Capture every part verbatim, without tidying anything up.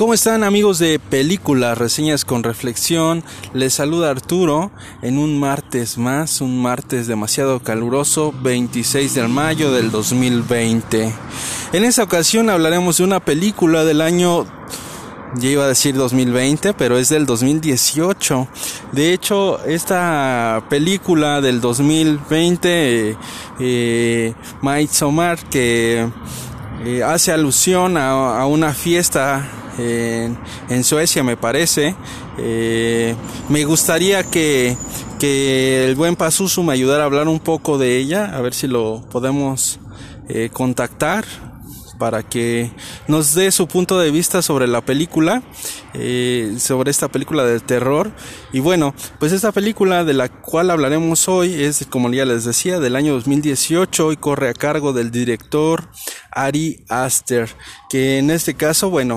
¿Cómo están, amigos de Películas, Reseñas con Reflexión? Les saluda Arturo en un martes más, un martes demasiado caluroso, veintiséis de mayo del dos mil veinte. En esta ocasión hablaremos de una película del año, ya iba a decir dos mil veinte, pero es del dos mil dieciocho. De hecho, esta película del dos mil veinte, eh, Midsommar, que eh, hace alusión a, a una fiesta En, en Suecia, me parece. Eh, me gustaría que, que el buen Pazuzu me ayudara a hablar un poco de ella, a ver si lo podemos eh, contactar para que nos dé su punto de vista sobre la película, eh, sobre esta película de terror. Y bueno, pues esta película de la cual hablaremos hoy es, como ya les decía, del año dos mil dieciocho y corre a cargo del director Ari Aster, que en este caso, bueno,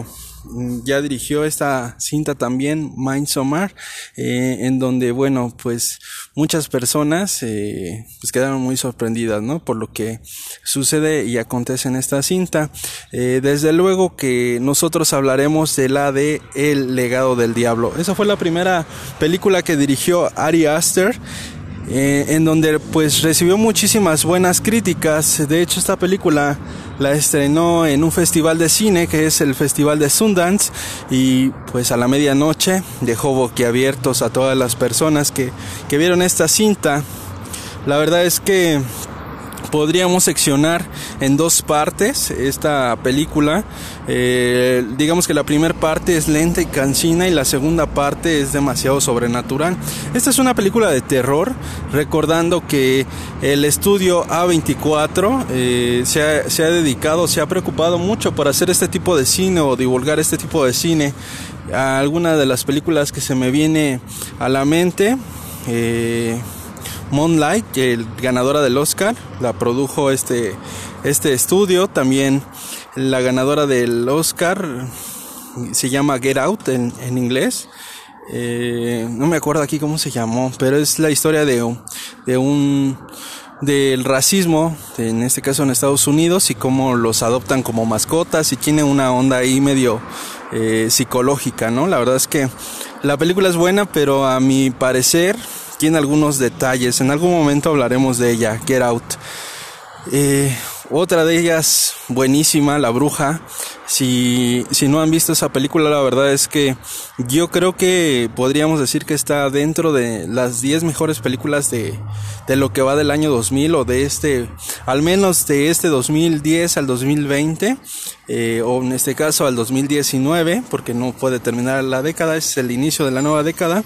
ya dirigió esta cinta también, Midsommar, eh, en donde, bueno, pues muchas personas eh, pues quedaron muy sorprendidas, ¿no? Por lo que sucede y acontece en esta cinta. Eh, desde luego que nosotros hablaremos de la de El legado del diablo. Esa fue la primera película que dirigió Ari Aster, Eh, en donde pues recibió muchísimas buenas críticas. De hecho, esta película la estrenó en un festival de cine que es el Festival de Sundance, y pues a la medianoche dejó boquiabiertos a todas las personas que, que vieron esta cinta. La verdad es que podríamos seccionar en dos partes esta película. Eh, digamos que la primera parte es lenta y cansina y la segunda parte es demasiado sobrenatural. Esta es una película de terror, recordando que el estudio A veinticuatro eh, se, ha, se ha dedicado, se ha preocupado mucho por hacer este tipo de cine o divulgar este tipo de cine. A alguna de las películas que se me viene a la mente, eh, Moonlight, el ganadora del Oscar, la produjo este, este estudio. También la ganadora del Oscar se llama Get Out en, en inglés. Eh, no me acuerdo aquí cómo se llamó, pero es la historia de, de un del racismo, en este caso en Estados Unidos, y cómo los adoptan como mascotas, y tiene una onda ahí medio eh, psicológica, ¿no? La verdad es que la película es buena, pero a mi parecer tiene algunos detalles. En algún momento hablaremos de ella, Get Out. Eh, otra de ellas, buenísima, La Bruja. Si, si no han visto esa película, la verdad es que yo creo que podríamos decir que está dentro de las diez mejores películas de, de lo que va del año dos mil, o de este, al menos de este dos mil diez al dos mil veinte, eh, o en este caso al dos mil diecinueve, porque no puede terminar la década, es el inicio de la nueva década.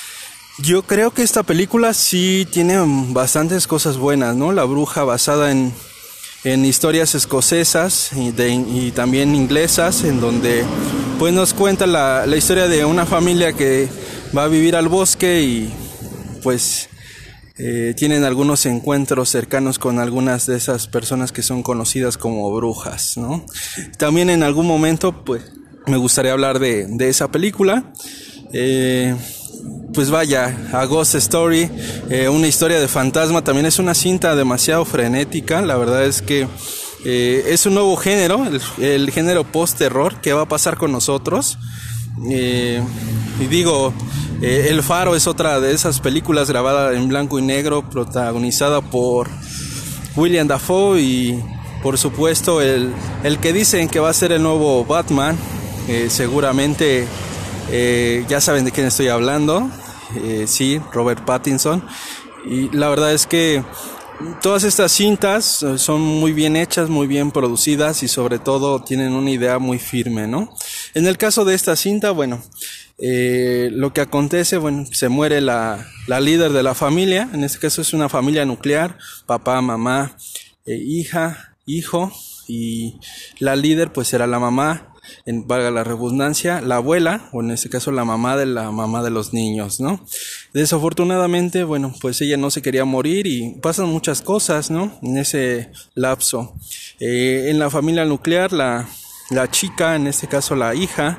Yo creo que esta película sí tiene bastantes cosas buenas, ¿no? La Bruja, basada en, en historias escocesas y, de, y también inglesas, en donde pues nos cuenta la, la historia de una familia que va a vivir al bosque y pues eh, tienen algunos encuentros cercanos con algunas de esas personas que son conocidas como brujas, ¿no? También en algún momento pues me gustaría hablar de, de esa película. Eh... Pues vaya, A Ghost Story, eh, una historia de fantasma. También es una cinta demasiado frenética. La verdad es que eh, es un nuevo género, el, el género post-terror, que va a pasar con nosotros. Eh, y digo, eh, El Faro es otra de esas películas grabada en blanco y negro, protagonizada por William Dafoe y por supuesto el, el que dicen que va a ser el nuevo Batman. Eh, seguramente Eh, ya saben de quién estoy hablando. Eh, sí, Robert Pattinson. Y la verdad es que todas estas cintas son muy bien hechas, muy bien producidas, y sobre todo tienen una idea muy firme, ¿no? En el caso de esta cinta, bueno, eh, lo que acontece, bueno, se muere la, la líder de la familia. En este caso es una familia nuclear: papá, mamá, eh, hija, hijo, y la líder pues era la mamá, en, valga la redundancia, la abuela, o en este caso la mamá de la mamá de los niños, ¿no? Desafortunadamente, bueno, pues ella no se quería morir y pasan muchas cosas, ¿no? En ese lapso. Eh, en la familia nuclear, la, la chica, en este caso la hija,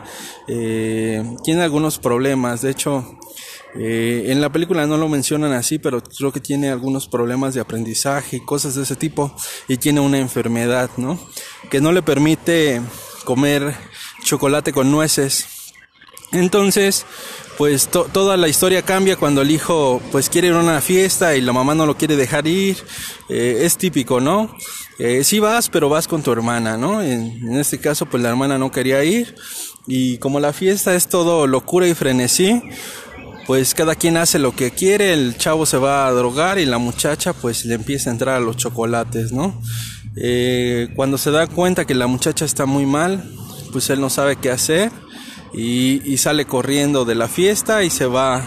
eh, tiene algunos problemas. De hecho, Eh, en la película no lo mencionan así, pero creo que tiene algunos problemas de aprendizaje y cosas de ese tipo, y tiene una enfermedad, ¿no? Que no le permite comer chocolate con nueces. Entonces, pues to- toda la historia cambia cuando el hijo pues quiere ir a una fiesta y la mamá no lo quiere dejar ir. Eh, es típico, ¿no? Eh, sí vas, pero vas con tu hermana, ¿no? En, en este caso, pues la hermana no quería ir. Y como la fiesta es todo locura y frenesí, pues cada quien hace lo que quiere. El chavo se va a drogar y la muchacha pues le empieza a entrar a los chocolates, ¿no? Eh, cuando se da cuenta que la muchacha está muy mal, pues él no sabe qué hacer. Y, y sale corriendo de la fiesta y se va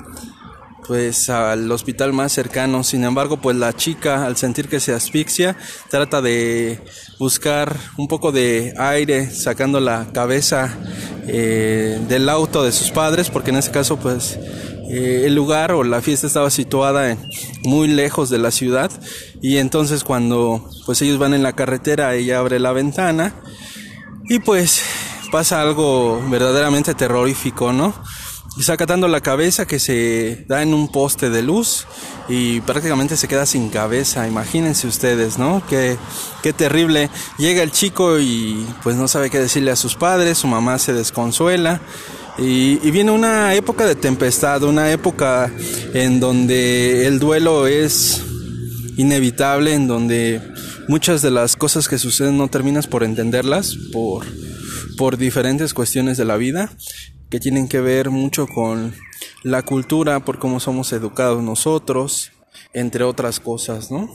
pues al hospital más cercano. Sin embargo, pues la chica, al sentir que se asfixia, trata de buscar un poco de aire sacando la cabeza eh, del auto de sus padres, porque en ese caso pues eh, el lugar o la fiesta estaba situada en, muy lejos de la ciudad. Y entonces cuando pues ellos van en la carretera, ella abre la ventana y pues pasa algo verdaderamente terrorífico, ¿no? Y saca tanto la cabeza que se da en un poste de luz y prácticamente se queda sin cabeza. Imagínense ustedes, ¿no? Qué, qué terrible. Llega el chico y pues no sabe qué decirle a sus padres, su mamá se desconsuela. Y, y viene una época de tempestad, una época en donde el duelo es inevitable, en donde muchas de las cosas que suceden no terminas por entenderlas, por... por diferentes cuestiones de la vida que tienen que ver mucho con la cultura, por cómo somos educados nosotros, entre otras cosas, ¿no?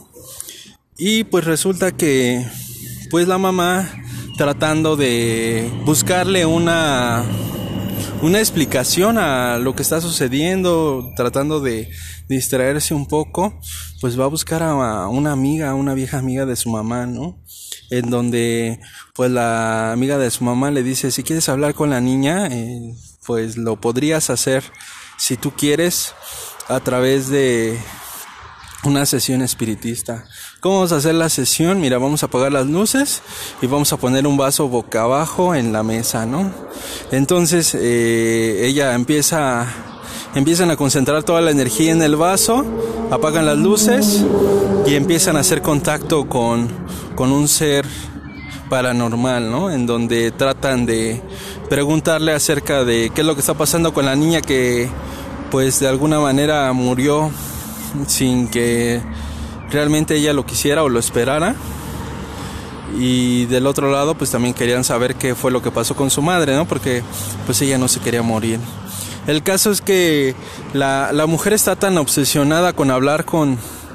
Y pues resulta que pues la mamá, tratando de buscarle una una explicación a lo que está sucediendo, tratando de distraerse un poco, pues va a buscar a una amiga, a una vieja amiga de su mamá, ¿no? En donde pues la amiga de su mamá le dice, si quieres hablar con la niña, eh, pues lo podrías hacer si tú quieres a través de una sesión espiritista. ¿Cómo vamos a hacer la sesión? Mira, vamos a apagar las luces y vamos a poner un vaso boca abajo en la mesa, ¿no? Entonces eh, ella empieza empiezan a concentrar toda la energía en el vaso, apagan las luces y empiezan a hacer contacto con, con un ser paranormal, ¿no? En donde tratan de preguntarle acerca de qué es lo que está pasando con la niña que pues de alguna manera murió sin que realmente ella lo quisiera o lo esperara. Y del otro lado pues también querían saber qué fue lo que pasó con su madre, ¿no? Porque pues ella no se quería morir. El caso es que la, la mujer está tan obsesionada con hablar con,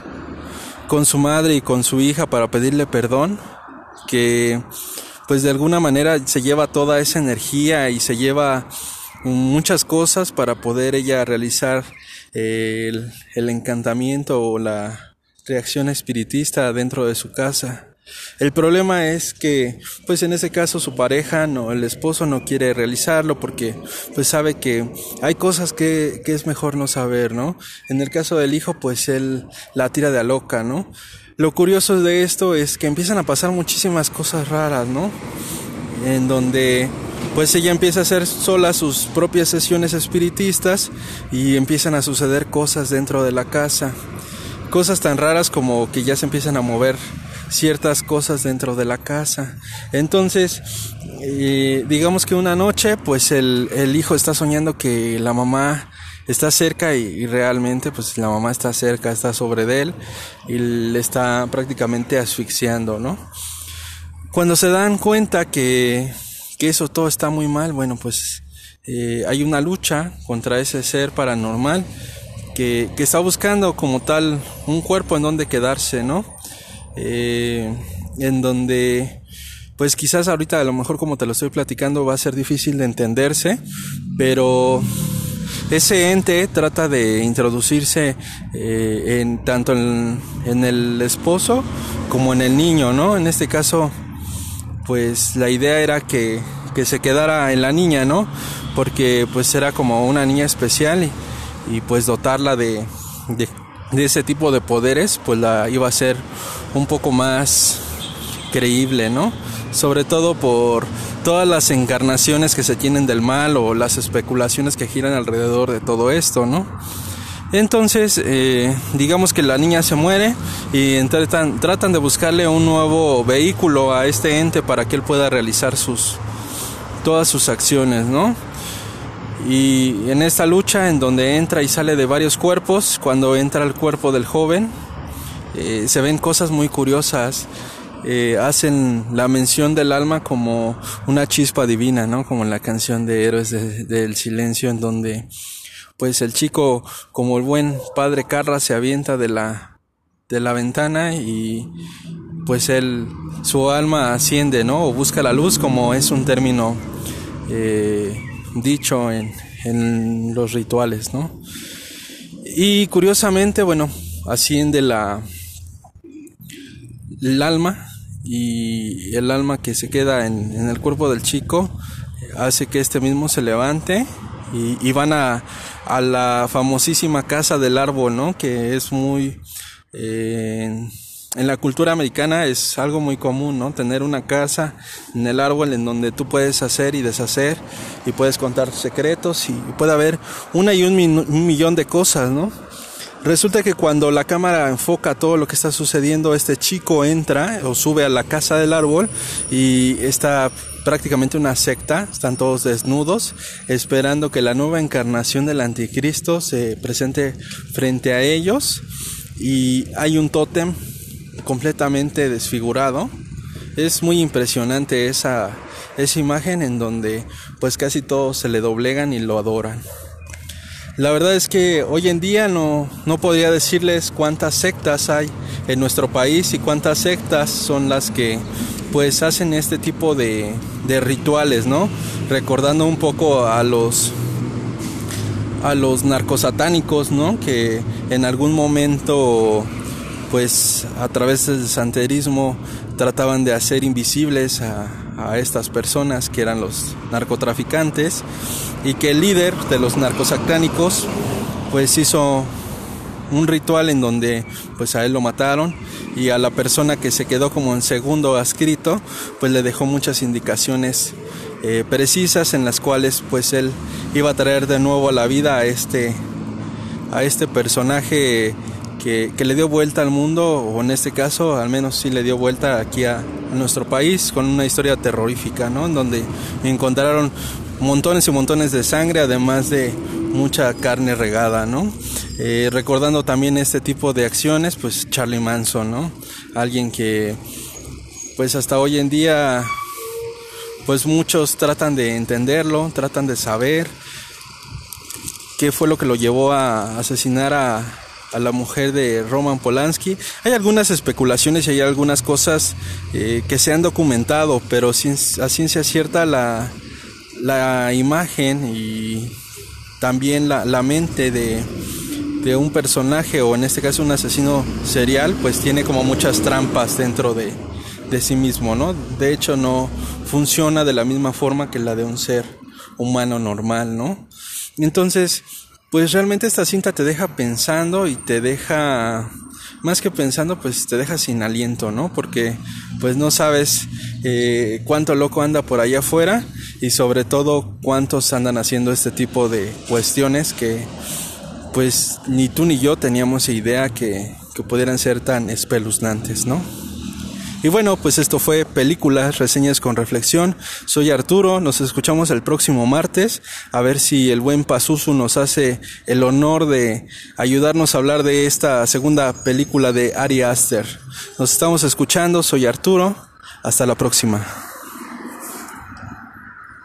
con su madre y con su hija para pedirle perdón, que pues de alguna manera se lleva toda esa energía y se lleva muchas cosas para poder ella realizar eh, el, el encantamiento o la reacción espiritista dentro de su casa. El problema es que pues en ese caso su pareja, no, el esposo no quiere realizarlo porque pues sabe que hay cosas que, que es mejor no saber, ¿no? En el caso del hijo pues él la tira de a loca, ¿no? Lo curioso de esto es que empiezan a pasar muchísimas cosas raras, ¿no? En donde pues ella empieza a hacer sola sus propias sesiones espiritistas y empiezan a suceder cosas dentro de la casa. Cosas tan raras como que ya se empiezan a mover ciertas cosas dentro de la casa. Entonces, eh, digamos que una noche, pues el, el hijo está soñando que la mamá está cerca y, y realmente pues la mamá está cerca, está sobre de él y le está prácticamente asfixiando, ¿no? Cuando se dan cuenta que, que eso todo está muy mal, bueno, pues eh, hay una lucha contra ese ser paranormal que, que está buscando como tal un cuerpo en donde quedarse, ¿no? Eh, en donde pues quizás ahorita a lo mejor como te lo estoy platicando va a ser difícil de entenderse, pero ese ente trata de introducirse eh, en tanto en, en el esposo como en el niño, ¿no? En este caso pues la idea era que, que se quedara en la niña, ¿no? Porque pues era como una niña especial y, y pues dotarla de, de de ese tipo de poderes pues la iba a ser un poco más creíble, ¿no? Sobre todo por todas las encarnaciones que se tienen del mal o las especulaciones que giran alrededor de todo esto, ¿no? Entonces eh, digamos que la niña se muere y tratan, tratan de buscarle un nuevo vehículo a este ente para que él pueda realizar sus todas sus acciones, ¿no? Y en esta lucha en donde entra y sale de varios cuerpos, cuando entra el cuerpo del joven, eh, se ven cosas muy curiosas. Eh, hacen la mención del alma como una chispa divina, ¿no? Como en la canción de Héroes de, del Silencio, en donde pues el chico, como el buen padre Carra, se avienta de la de la ventana y pues él, su alma asciende, ¿no? O busca la luz, como es un término eh, dicho en, en los rituales, ¿no? Y curiosamente, bueno, asciende la el alma, y el alma que se queda en, en el cuerpo del chico hace que este mismo se levante y, y van a, a la famosísima casa del árbol, ¿no? Que es muy eh, en la cultura americana es algo muy común, ¿no? Tener una casa en el árbol en donde tú puedes hacer y deshacer y puedes contar secretos y puede haber una y un, min- un millón de cosas, ¿no? Resulta que cuando la cámara enfoca todo lo que está sucediendo, este chico entra o sube a la casa del árbol y está prácticamente una secta, están todos desnudos, esperando que la nueva encarnación del anticristo se presente frente a ellos, y hay un tótem completamente desfigurado. Es muy impresionante esa, esa imagen en donde pues casi todos se le doblegan y lo adoran. La verdad es que hoy en día no, no podría decirles cuántas sectas hay en nuestro país y cuántas sectas son las que pues hacen este tipo de, de rituales, ¿no? Recordando un poco a los a los narcosatánicos, ¿no? Que en algún momento pues a través del santerismo trataban de hacer invisibles a, a estas personas que eran los narcotraficantes, y que el líder de los narcosatánicos pues hizo un ritual en donde pues a él lo mataron, y a la persona que se quedó como en segundo adscrito pues le dejó muchas indicaciones eh, precisas en las cuales pues él iba a traer de nuevo a la vida a este a este personaje que, que le dio vuelta al mundo, o en este caso al menos sí le dio vuelta aquí a, a nuestro país, con una historia terrorífica, ¿no? En donde encontraron montones y montones de sangre, además de mucha carne regada, ¿no? Eh, recordando también este tipo de acciones, pues Charlie Manson, ¿no? Alguien que pues hasta hoy en día pues muchos tratan de entenderlo, tratan de saber qué fue lo que lo llevó a asesinar a, a la mujer de Roman Polanski. Hay algunas especulaciones y hay algunas cosas eh, que se han documentado, pero a ciencia cierta la, la imagen y también la, la mente de, de un personaje, o en este caso un asesino serial, pues tiene como muchas trampas dentro de, de sí mismo, ¿no? De hecho no funciona de la misma forma que la de un ser humano normal, ¿no? Entonces, pues realmente esta cinta te deja pensando, y te deja, más que pensando, pues te deja sin aliento, ¿no? Porque pues no sabes eh, cuánto loco anda por allá afuera, y sobre todo cuántos andan haciendo este tipo de cuestiones que pues ni tú ni yo teníamos idea que, que pudieran ser tan espeluznantes, ¿no? Y bueno, pues esto fue Películas, Reseñas con Reflexión. Soy Arturo, nos escuchamos el próximo martes, a ver si el buen Pazuzu nos hace el honor de ayudarnos a hablar de esta segunda película de Ari Aster. Nos estamos escuchando, soy Arturo, hasta la próxima.